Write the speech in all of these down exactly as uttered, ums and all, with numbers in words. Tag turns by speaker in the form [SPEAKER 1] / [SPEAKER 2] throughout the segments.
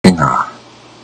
[SPEAKER 1] いいな。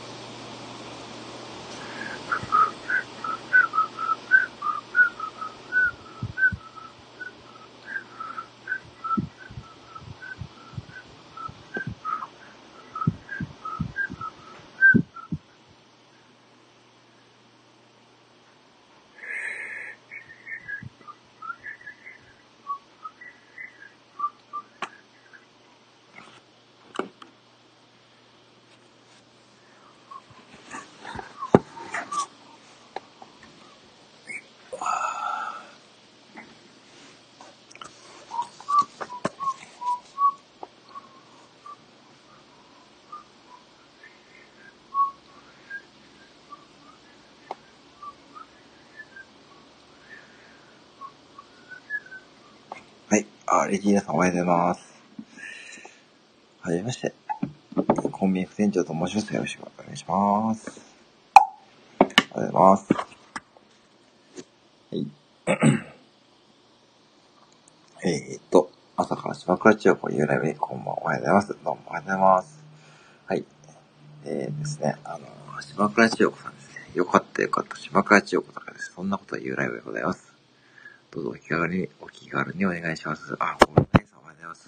[SPEAKER 1] はい。あ、レディーナさんおはようございます。はじめまして。コンビニ副店長と申します。よろしくお願いします。おはようございます。はい。えーっと、朝から島倉千代子ゆうライブにこんばんは。おはようございます。どうもおはようございます。はい。えーですね、あの、島倉千代子さんですね。よかったよかった。島倉千代子とかです。そんなことはゆうライブでございます。どうぞお気軽に、お気軽にお願いします。あ、ごめんなさい。おはようございます。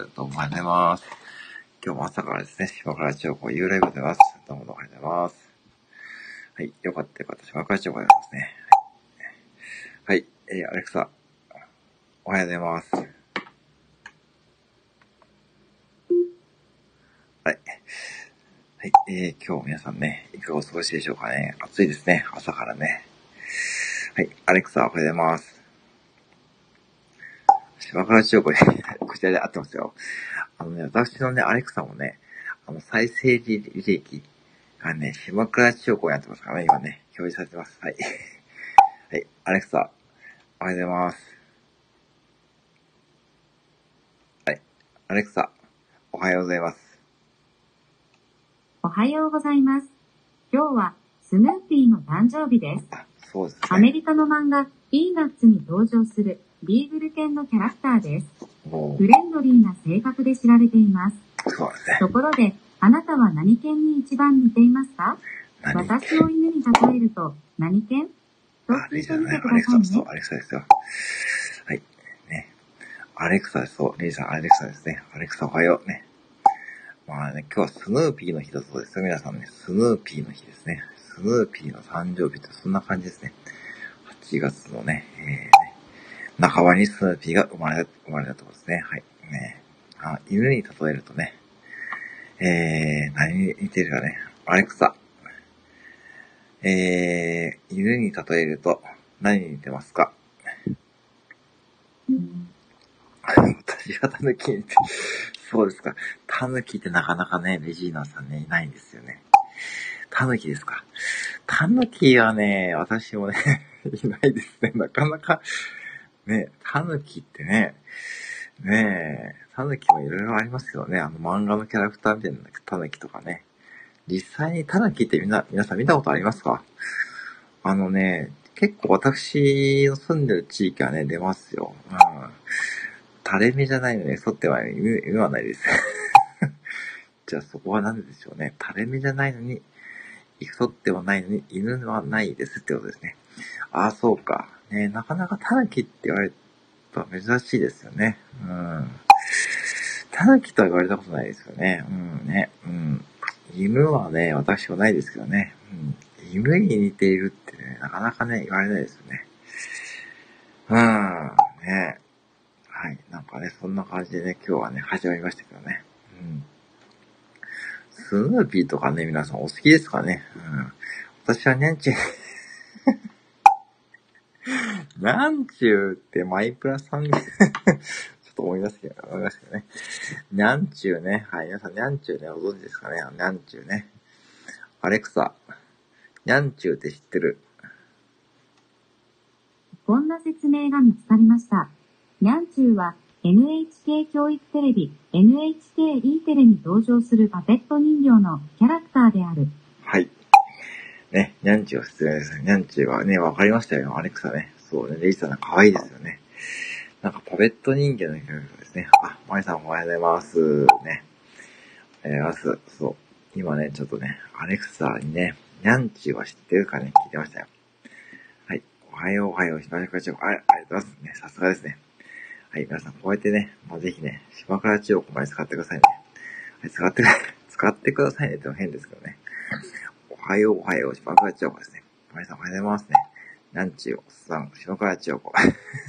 [SPEAKER 1] どうもおはようございます。今日も朝からですね、島倉千代子ゆうライブでございます。どうもおはようございます。はい、よかったよかった。島倉千代子でございますね。はい、えー、アレクサ、おはようございます。はい。はい、えー、今日皆さんね、いかがお過ごしでしょうかね。暑いですね、朝からね。はい、アレクサ、おはようございます。島倉千代子で、こちらで合ってますよ。あのね、私のね、アレクサもね、あの、再生履歴がね、島倉千代子になってますからね、今ね、表示されてます。はい。はい、アレクサ、おはようございます。はい、アレクサ、おはようございます。
[SPEAKER 2] おはようございます。今日はスヌーピーの誕生日です。
[SPEAKER 1] あ、そうですね。
[SPEAKER 2] アメリカの漫画ピーナッツに登場するビーグル犬のキャラクターです。フレンドリーな性格で知られています。
[SPEAKER 1] そうですね。
[SPEAKER 2] ところで、あなたは何犬に一番似ていますか？私を犬に例えると何犬？と聞いてみてくださいね。
[SPEAKER 1] アレクサですよ。はい。ね。アレクサです。そう。レイさん、アレクサですね。アレクサおはよう。ね。まあね、今日はスヌーピーの日だそうですよ。皆さんね、スヌーピーの日ですね。スヌーピーの誕生日ってそんな感じですね。はちがつのね、えー、ね、半ばにスヌーピーが生まれた、生まれたところですね。はい。ね。あ、犬に例えるとね、えー、何に似てるかね。アレクサ。えー、犬に例えると何に似てますか？私はタヌキに似て、そうですか。タヌキってなかなかね、レジーナさんね、いないんですよね。タヌキですか。タヌキはね、私もね、いないですね。なかなか、ね、タヌキってね、ねえ、タヌキもいろいろありますよね。あの漫画のキャラクターみたいなタヌキとかね。実際にタヌキってみんな、皆さん見たことありますか？あのね、結構私の住んでる地域はね、出ますよ。うん。垂れ目じゃないのに、剃っては犬、犬はないです。じゃあそこはなんででしょうね。垂れ目じゃないのに、剃ってはないのに、犬はないですってことですね。ああ、そうか。ね、なかなかタヌキって言われると珍しいですよね。うん。タヌキとは言われたことないですよね。うんね。うん。犬はね、私はないですけどね。うん。犬に似ているってね、なかなかね、言われないですよね。うん。ね。はい。なんかね、そんな感じでね、今日はね、始まりましたけどね。うん。スヌーピーとかね、皆さんお好きですかね？うん。私はニャンチュー、ニャンチューってマイプラさんちょっと思い出すけど、思いますけどね。ニャンチューね。はい。皆さんニャンチューね、ご存知ですかね？ニャンチューね。アレクサ、ニャンチューって知ってる？
[SPEAKER 2] こんな説明が見つかりました。ニャンチューは エヌエイチケー 教育テレビ エヌエイチケー E テレに登場するパペット人形のキャラクターである。
[SPEAKER 1] はい。ね、ニャンチューを説明です。ニャンチューはね、わかりましたよ。アレクサね。そうね、レイさんが可愛いですよね。なんかパペット人形のキャラクターですね。あ、マリさんおはようございます。ね。おはようございます。そう。 今ね、ちょっとね、アレクサにね、にゃんちゅうは知ってるかね、聞いてましたよ。はい。おはようおはよう、島倉千代子。はい、ありがとうございますね。さすがですね。はい、皆さん、こうやってね、まあ、ぜひね、島倉千代子まで使ってくださいね。はい、使って、使ってくださいねってのは変ですけどね。おはようおはよう、島倉千代子ですね。皆さん、おはようございますね。にゃんちゅう、おっさん、島倉千代子。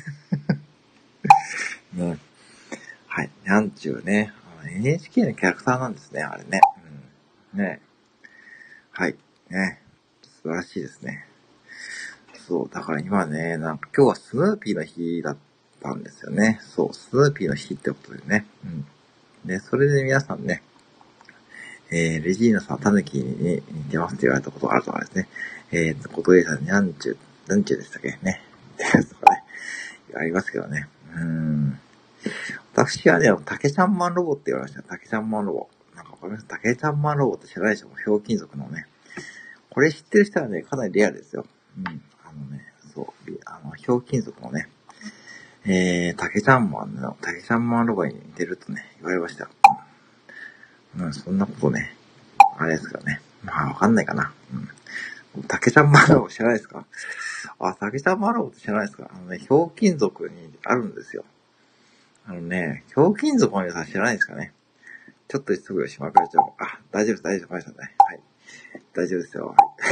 [SPEAKER 1] ね。はい、にゃんちゅうね。エヌエイチケー のキャラクターなんですね、あれね。うん。ね。はい。ね。素晴らしいですね。そう、だから今ね、なんか今日はスヌーピーの日だったんですよね。そう、スヌーピーの日ってことでね。うん。で、それで皆さんね、えー、レジーナさんはタヌキに似てますって言われたことがあるとかですね。えーと、ことえさんにゃんちゅう、なんちゅうでしたっけね。ってやつとかね。ありますけどね。うーん。私はね、タケちゃんマンロボって言われました。タケちゃんマンロボ。なんかわかります？タケちゃんマンロボって知らないでしょ？ひょうきん族のね。これ知ってる人はね、かなりレアですよ。うん。あのね、そう、あの、ひょうきん族のね、えー、タケちゃんマンの、タケちゃんマンロボに似てるとね、言われました。うん、うん、そんなことね、あれですからね。まあ、わかんないかな。うん。タケちゃんマンロボ知らないですか？あ、タケちゃんマンロボって知らないですか？あのね、ひょうきん族にあるんですよ。あのね、ひょうきん族の皆さん知らないですかね？ちょっとすぐ島倉ちゃん。あ、大丈夫です、大丈夫です。ね。はい。大丈夫ですよ。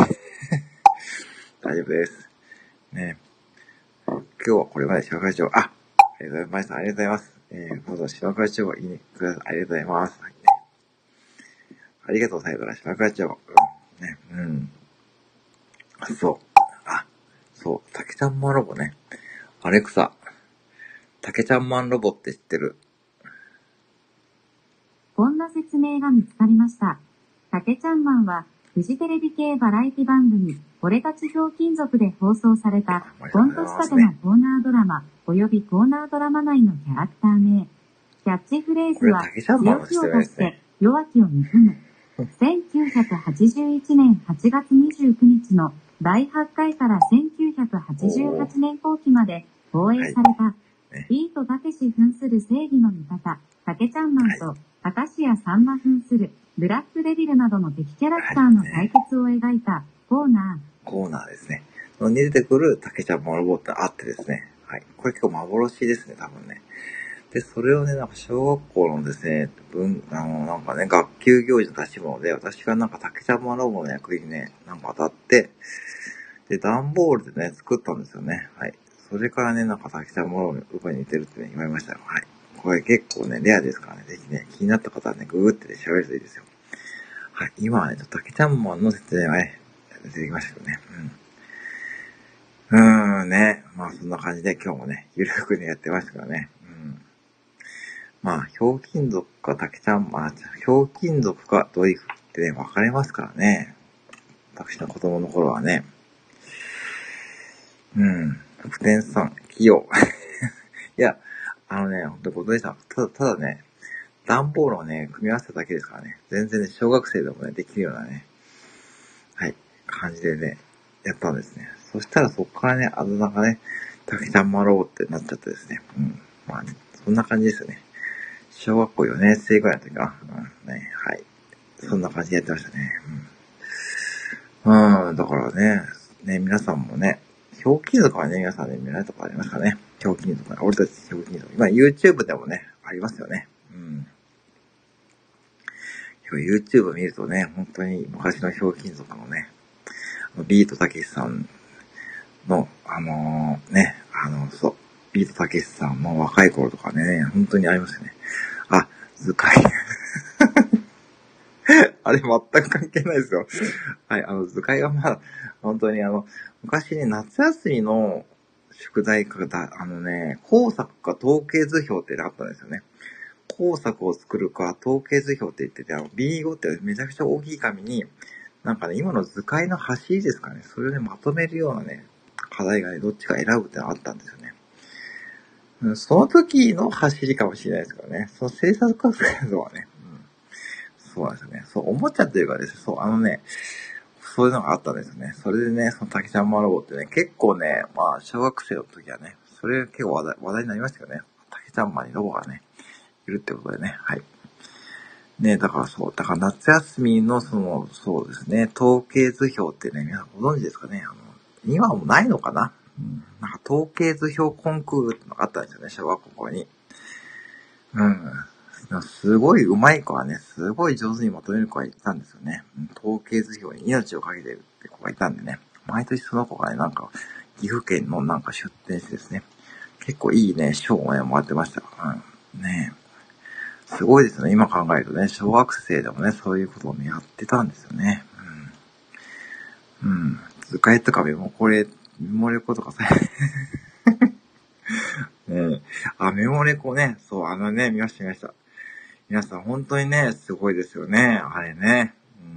[SPEAKER 1] 大丈夫です。ね。今日はこれまで島倉町、あ、ありがとうございました。ありがとうございます。えー、どうぞ島倉町がいいねください。ありがとうございます。はい、ね、ありがとう、さよなら、島倉町。うん。ね。うん。そう。あ、そう。竹ちゃんマンロボね。アレクサ。竹ちゃんマンロボって知ってる？
[SPEAKER 2] こんな説明が見つかりました。竹ちゃんマンは、フジテレビ系バラエティ番組、俺たちひょうきん族で放送された、コント仕立てのコーナードラマ、及びコーナードラマ内のキャラクター名。キャッチフレーズは、強気を出して、弱気を憎む。せんきゅうひゃくはちじゅういちねんはちがつにじゅうくにちのだいはちかいからせんきゅうひゃくはちじゅうはちねん後期まで放映された、ビートたけし扮する正義の味方、竹ちゃんマンと、明石家さんま扮するブラックデビルなどの敵キャラクターの対決を描いたコーナ
[SPEAKER 1] ー。コーナーですね。に出てくる竹ちゃんマンロボってあってですね。はい。これ結構幻ですね、多分ね。で、それをね、なんか小学校のですね、文、あの、なんかね、学級行事の出し物で、私がなんか竹ちゃんマンロボの役にね、なんか当たって、で、段ボールでね、作ったんですよね。はい。それからね、なんか竹ちゃんマンロボに似てるってね、言われましたよ。はい。これ結構ね、レアですからね、ぜひね、気になった方はね、ググってね、調べるといいですよ。はい。今はね、ちょっと竹ちゃんマンの説明がね、出てきましたけどね。うん。うーんね。まあそんな感じで今日もね、ゆるくね、やってましたからね。うん。まあ、ひょうきん族か竹ちゃんマン、ひょうきん族かドリフってね、分かれますからね。私の子供の頃はね。うん。得点さん、器用。いや、あのね、ほんと、ごとりさん、ただ、ただね、段ボールをね、組み合わせただけですからね。全然ね、小学生でもね、できるようなね、はい、感じでね、やったんですね。そしたらそこからね、あだ名がね、竹ちゃんマローってなっちゃってですね。うん。まあ、ね、そんな感じですよね。小学校よねん生ぐらいの時かな。うん、ね、はい。そんな感じでやってましたね。うん。うん、だからね、ね、皆さんもね、ひょうきん族はね、皆さんね、見られたことありますかね。ひょうきん族ね。俺たちひょうきん族。まあ、YouTube でもね、ありますよね。うん。YouTube 見るとね、本当に昔のひょうきん族のね、ビートたけしさんの、あのー、ね、あの、そう、ビートたけしさんの若い頃とかね、本当にありましたね。あ、図解。あれ全く関係ないですよ。はい、あの、図解がまあ、本当にあの、昔ね、夏休みの宿題かだ、あのね、工作か統計図表ってあったんですよね。工作を作るか統計図表って言ってて、あの、ビーご ってめちゃくちゃ大きい紙に、なんかね、今の図解の走りですかね、それをね、まとめるようなね、課題がね、どっちか選ぶってのがあったんですよね。うん、その時の走りかもしれないですけどね、その制作活動はね、うん、そうなんですよね。そう、おもちゃというかですね、そう、あのね、そういうのがあったんですよね。それでね、その竹ちゃんマロボってね、結構ね、まあ、小学生の時はね、それ結構話題、話題になりましたよね。竹ちゃんマンにロボがね、いるってことでね、はい。 ね、だからそう、だから夏休みのその、そうですね、統計図表ってね、皆さんご存知ですかね。あの、今はもうないのかな、うん、なんか統計図表コンクールってのがあったんですよね、小学校に。うん。すごい上手い子はね、すごい上手にまとめる子がいたんですよね。うん、統計図表に命をかけてるって子がいたんでね。毎年その子がね、なんか、岐阜県のなんか出店してですね、結構いいね、賞をね、もらってました。うん。ねえ。すごいですよね。今考えるとね、小学生でもね、そういうことをね、やってたんですよね。うん。うん。図解とかメモこれ、メモレコとかさ、ねえ。あ、メモレコね、そう、あのね、見ました見ました。皆さん本当にね、すごいですよね。あれね。うん。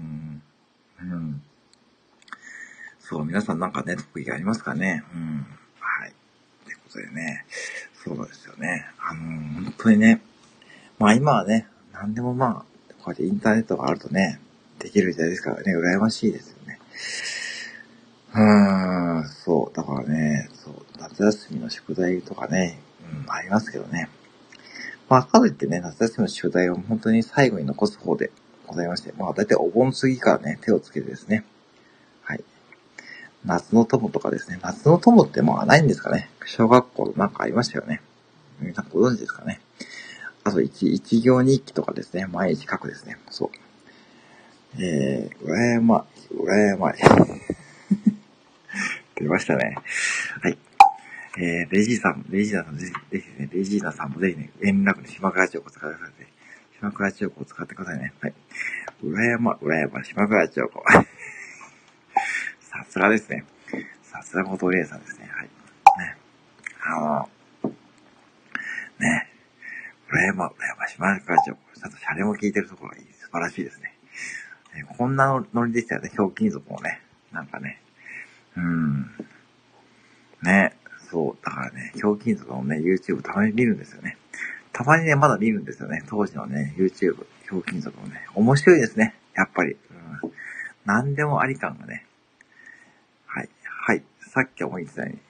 [SPEAKER 1] うん。そう、皆さんなんかね、特技ありますかね。うん。はい。ということでね。そうですよね。あのー、本当にね。まあ今はね、なんでもまあ、こうやってインターネットがあるとね、できる時代ですからね、羨ましいですよね。うーん、そう、だからね、そう、夏休みの宿題とかね、うん、ありますけどね。まあ、かといってね、夏休みの宿題を本当に最後に残す方でございまして、まあ、だいたいお盆過ぎからね、手をつけてですね、はい。夏の友とかですね、夏の友ってまあないんですかね。小学校なんかありましたよね。皆さんご存知ですかね。あと一、一行日記とかですね、毎日書くですね。そう。えー、羨ま、羨まい。出ましたね。はい。えー、レジーさん、レジーナさん、ぜひ、ぜひね、レジーナさんもぜひね、円楽の島倉千代子を使ってくださいね。島倉千代子を使ってくださいね。はい。羨ま、羨ま、島倉千代子。さすがですね。さすが後藤玲さんですね。はい。ね。あの、ね。羨ま、羨ま、島倉千代子。ちゃんとシャレも聞いてるところがいい。素晴らしいですね。えー、こんなノリでしたよね。ひょうきん族もね。なんかね。うーん。ね。そう。だからね、ひょうきん族のね、YouTube たまに見るんですよね。たまにね、まだ見るんですよね。当時のね、YouTube、ひょうきん族もね。面白いですね。やっぱり。うん。何でもあり感がね。はい。はい。さっき思いついたように。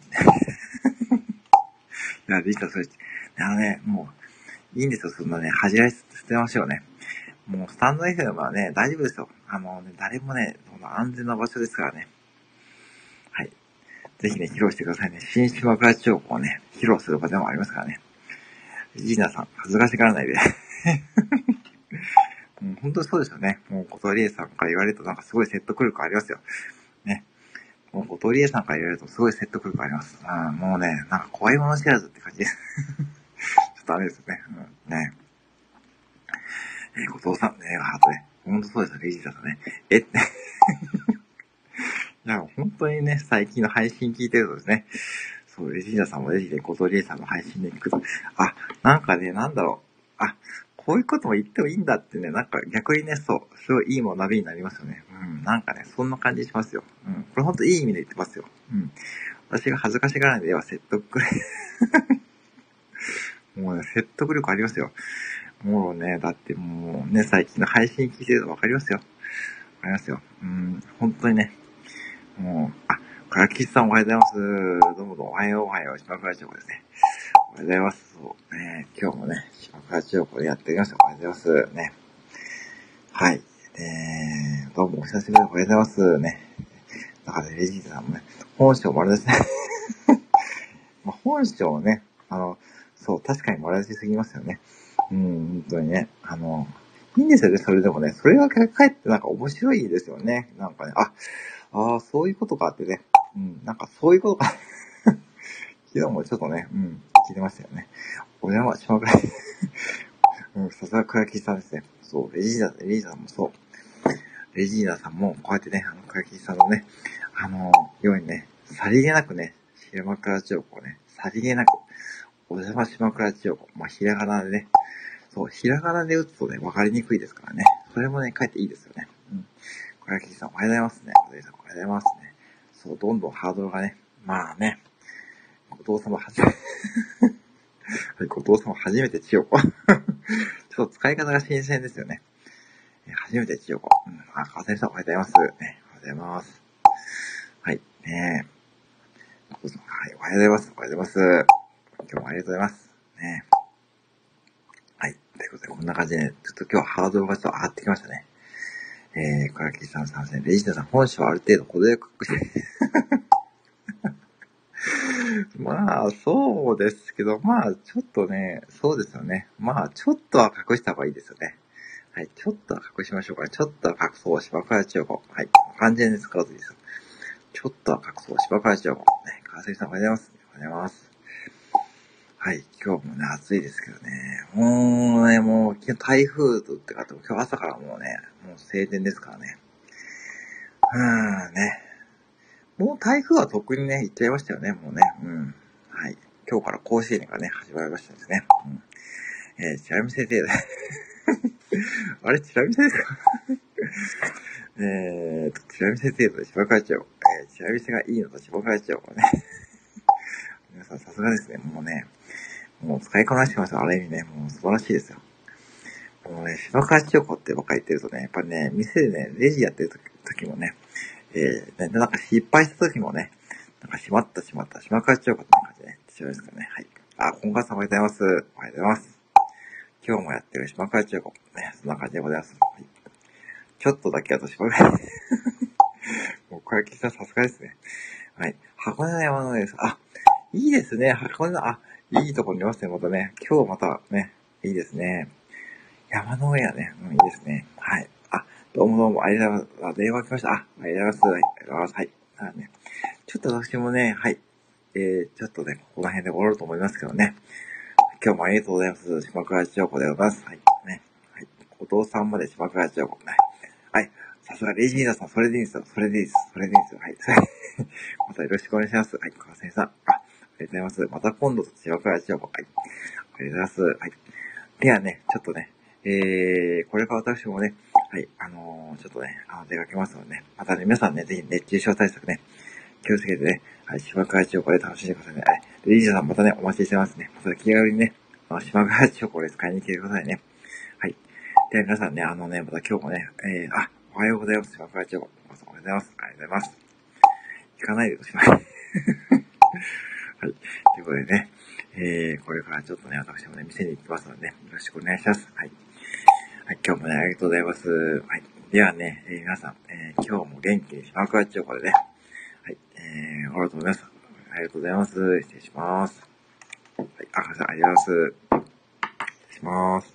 [SPEAKER 1] いや、できた、それ。あのね、もう、いいんですよ。そんなね、恥じらい捨てましょうね。もう、スタンド エフエム はね、大丈夫ですよ。あのね、誰もね、安全な場所ですからね。はい。ぜひね、披露してくださいね。新島倉千代子をね、披露する場でもありますからね。ジーナさん、恥ずかしがらないで。うん、本当にそうですよね。もう、小鳥江さんから言われるとなんかすごい説得力ありますよ。ね。もう、小鳥江さんから言われるとすごい説得力あります。うん、もうね、なんか怖いもの知らずって感じです。ちょっとあれですよね。うん、ね。えー、後藤さん、ね、ハートね。ほんとそうですよね、レジだとね。えって。いや、本当にね、最近の配信聞いてるとですね、そう、レジーナさんもぜひね、小鳥江さんの配信で聞くと、あ、なんかね、なんだろう。あ、こういうことも言ってもいいんだってね、なんか逆にね、そう、すごいいいものナビになりますよね。うん、なんかね、そんな感じしますよ。うん、これほんといい意味で言ってますよ。うん。私が恥ずかしがらないでは説得もうね、説得力ありますよ。もうね、だってもうね、最近の配信聞いてるとわかりますよ。わかりますよ。うん、本当にね、もう、あ、からきさんおはようございます。どうもどうもおはようおはよう、島倉千代子ですね。おはようございます。そうね、今日もね、島倉千代子でやっておりました。おはようございます。ね。はい。えー、どうもお久しぶりでおはようございます。ね。だからね、レジーさんもね、本性丸出しね。まあ、本性ね、あの、そう、確かに丸出しすぎますよね。うん、本当にね。あの、いいんですよね、それでもね。それがかえってなんか面白いですよね。なんかね、あ、ああ、そういうことかってね。うん、なんかそういうことか。昨日もちょっとね、うん、聞いてましたよね。お邪魔しまくらい。うん、さすが倉木さんですね。そう、レジーナ、レジーナさんもそう。レジーナさんも、こうやってね、あの、倉木さんのね、あの、ようにね、さりげなくね、島倉千代子をね、さりげなく、お邪魔島倉千代子。まあ、ひらがなでね、そう、ひらがなで打つとね、わかりにくいですからね。それもね、書いていいですよね。うん。倉木さん、おはようございますね。おはようございますね。そう、どんどんハードルがね、まあね、後藤様はじめ、後藤様初めて千代子。ちょっと使い方が新鮮ですよね。初めて千代子。うん。あ、川谷さんおはようございます。ね、おはようございます。はい。ねえ。はい、おはようございます。おはようございます。今日もありがとうございます。ねえ。はい。 ということで、こんな感じで、ね、ちょっと今日ハードルがちょっと上がってきましたね。えー、倉木さん参戦。レジナさん、本書はある程度程よく隠して。まあ、そうですけど、まあ、ちょっとね、そうですよね。まあ、ちょっとは隠した方がいいですよね。はい、ちょっとは隠しましょうかね。ちょっとは隠そう。芝倉千代子。はい、完全に使うといいですよ。ちょっとは隠そう。芝倉千代子。ね、川崎さんおはようございます。おはようございます。はい、今日もね、暑いですけどね。もうね、もう、昨日台風とってか、今日朝からもうね、もう晴天ですからね。うーん、ね。もう台風はとっくにね、行っちゃいましたよね、もうね。うん。はい。今日から甲子園がね、始まりましたですね。うん。えー、チラ見先生だ。あれ、チラ見先生かえーと、チラ見先生と芝会長。えー、チラ見せがいいのと芝会長がね。皆さんさすがですね。もうね、もう使いこなしてますよ。ある意味ね、もう素晴らしいですよ。もうね、芝会長ってばっかり言ってるとね、やっぱりね、店でね、レジやってる時もね、えー、なんか失敗した時もね、なんかしまったしまった、島会長って感じでね、違いますからね。はい。あ、今回さんおはようございます。おはようございます。今日もやってる島会長ね、そんな感じでございます。はい、ちょっとだけあと島会もうこれ聞いたらさすがですね。はい。箱根の山の上です。あ、いいですね。箱根の、あ、いいとこにいますね、またね。今日またね、いいですね。山の上やね。うん、いいですね。はい。あ、どうもどうも、ありがとうございます。あ、電話来ました。あ、ありがとうございます。はい、ありがとうございます。はい。あね、ちょっと私もね、はい。えー、ちょっとね、ここら辺で終わろうと思いますけどね。今日もありがとうございます。島倉千代子でございます。はい。ね。はい。お父さんまで島倉千代子。ね。はい。さすがレジーナさん、それでいいんですよ。それでいいです。それでいいですよ。はい。またよろしくお願いします。はい。川瀬さん。あ、ありがとうございます。また今度と島倉千代子。はい。ありがとうございます。はい。ではね、ちょっとね、えー、これから私もね、はい、あのー、ちょっとね、あの、出かけますのでね、またね、皆さんね、ぜひ熱中症対策ね、気をつけてね、はい、島倉千代子で楽しんでくださいね。はい。リージャーさんまたね、お待ちしてますね。また気軽にね、あの、島倉千代子で使いに来てくださいね。はい。では皆さんね、あのね、また今日もね、えー、あ、おはようございます。島倉千代子。おはようございます。ありがとうございます。行かないでください。はい。ということでね、えー、これからちょっとね、私もね、店に行きますので、ね、よろしくお願いします。はい。はい、今日もね、ありがとうございます。はい。ではね、えー、皆さん、えー、今日も元気に島倉千代子でね、はい、えー、終わろうと思います。ありがとうございます。失礼します。はい、あ、ありがとうございます。失礼します。